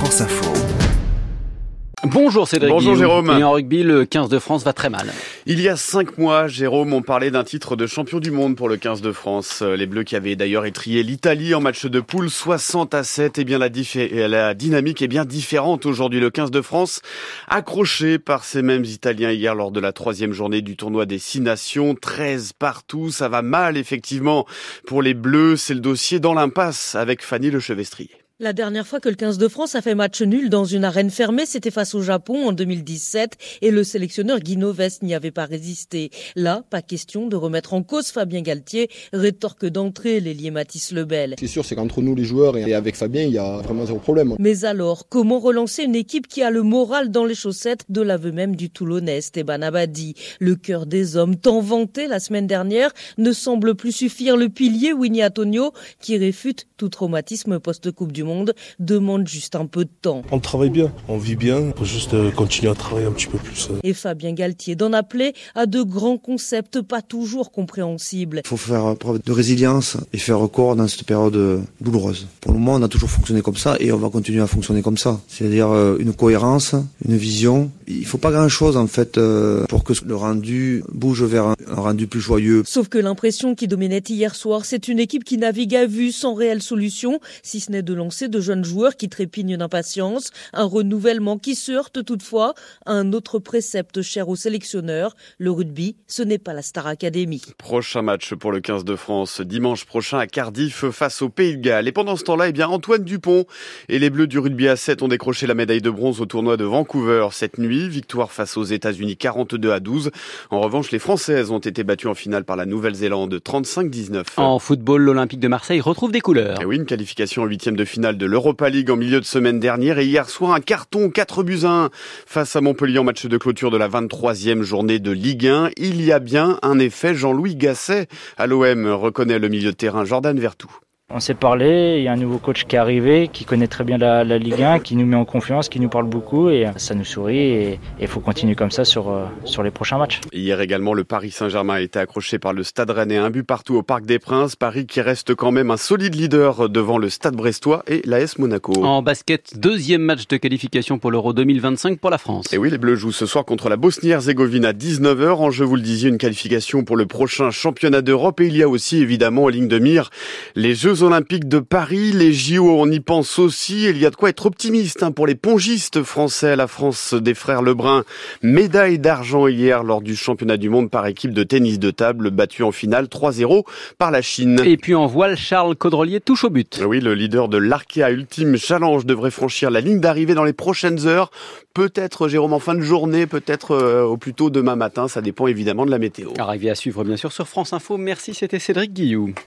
France Info. Bonjour Cédric. Bonjour Jérôme. Et en rugby, le 15 de France va très mal. Il y a 5 mois, Jérôme, on parlait d'un titre de champion du monde pour le 15 de France. Les Bleus qui avaient d'ailleurs étrié l'Italie en match de poule 60-7. Eh bien, la dynamique est bien différente aujourd'hui. Le 15 de France, accroché par ces mêmes Italiens hier lors de la 3e journée du tournoi des 6 nations. 13 partout, ça va mal effectivement pour les Bleus. C'est le dossier dans l'impasse avec Fanny Lechevestrier. La dernière fois que le 15 de France a fait match nul dans une arène fermée, c'était face au Japon en 2017 et le sélectionneur Guy Novès n'y avait pas résisté. Là, pas question de remettre en cause Fabien Galtier, rétorque d'entrée l'ailier Mathys Lebel. C'est sûr, c'est qu'entre nous les joueurs et avec Fabien, il y a vraiment zéro problème. Mais alors, comment relancer une équipe qui a le moral dans les chaussettes de l'aveu même du Toulonnais Esteban Abadi? Le cœur des hommes, tant vanté la semaine dernière, ne semble plus suffire. Le pilier Winnie Antonio, qui réfute tout traumatisme post-Coupe du Monde, demande juste un peu de temps. On travaille bien, on vit bien, il faut juste continuer à travailler un petit peu plus. Et Fabien Galtier d'en appeler à de grands concepts pas toujours compréhensibles. Il faut faire preuve de résilience et faire recours dans cette période douloureuse. Pour le moment, on a toujours fonctionné comme ça et on va continuer à fonctionner comme ça. C'est-à-dire une cohérence, une vision. Il faut pas grand-chose en fait pour que le rendu bouge vers un rendu plus joyeux. Sauf que l'impression qui dominait hier soir, c'est une équipe qui navigue à vue sans réelle solution, si ce n'est de lancer de jeunes joueurs qui trépignent d'impatience, un renouvellement qui se heurte toutefois à un autre précepte cher aux sélectionneurs. Le rugby, ce n'est pas la Star Academy. Prochain match pour le 15 de France, dimanche prochain à Cardiff face au Pays de Galles. Et pendant ce temps-là, Antoine Dupont et les Bleus du rugby à 7 ont décroché la médaille de bronze au tournoi de Vancouver cette nuit. Victoire face aux États-Unis 42-12. En revanche, les Françaises ont été battues en finale par la Nouvelle-Zélande 35-19. En football, l'Olympique de Marseille retrouve des couleurs. Et oui, une qualification en 8e de finale de l'Europa League en milieu de semaine dernière et hier soir un carton 4-1 face à Montpellier en match de clôture de la 23e journée de Ligue 1. Il y a bien un effet Jean-Louis Gasset à l'OM, reconnaît le milieu de terrain Jordan Vertou. On s'est parlé, il y a un nouveau coach qui est arrivé, qui connaît très bien la Ligue 1, qui nous met en confiance, qui nous parle beaucoup et ça nous sourit et il faut continuer comme ça sur les prochains matchs. Hier également, le Paris Saint-Germain a été accroché par le Stade Rennais, 1 but partout au Parc des Princes. Paris qui reste quand même un solide leader devant le Stade Brestois et l'AS Monaco. En basket, 2e match de qualification pour l'Euro 2025 pour la France. Et oui, les Bleus jouent ce soir contre la Bosnie-Herzégovine à 19h. En jeu, vous le disiez, une qualification pour le prochain championnat d'Europe et il y a aussi évidemment en ligne de mire les Jeux Olympiques de Paris, les JO, on y pense aussi. Il y a de quoi être optimiste pour les pongistes français. La France des frères Lebrun, médaille d'argent hier lors du championnat du monde par équipe de tennis de table, battu en finale 3-0 par la Chine. Et puis en voile, Charles Caudrelier touche au but. Oui, le leader de l'Arkea Ultimate Challenge devrait franchir la ligne d'arrivée dans les prochaines heures. Peut-être, Jérôme, en fin de journée, peut-être au plus tôt demain matin. Ça dépend évidemment de la météo. Arrivé à suivre bien sûr sur France Info. Merci, c'était Cédric Guillou.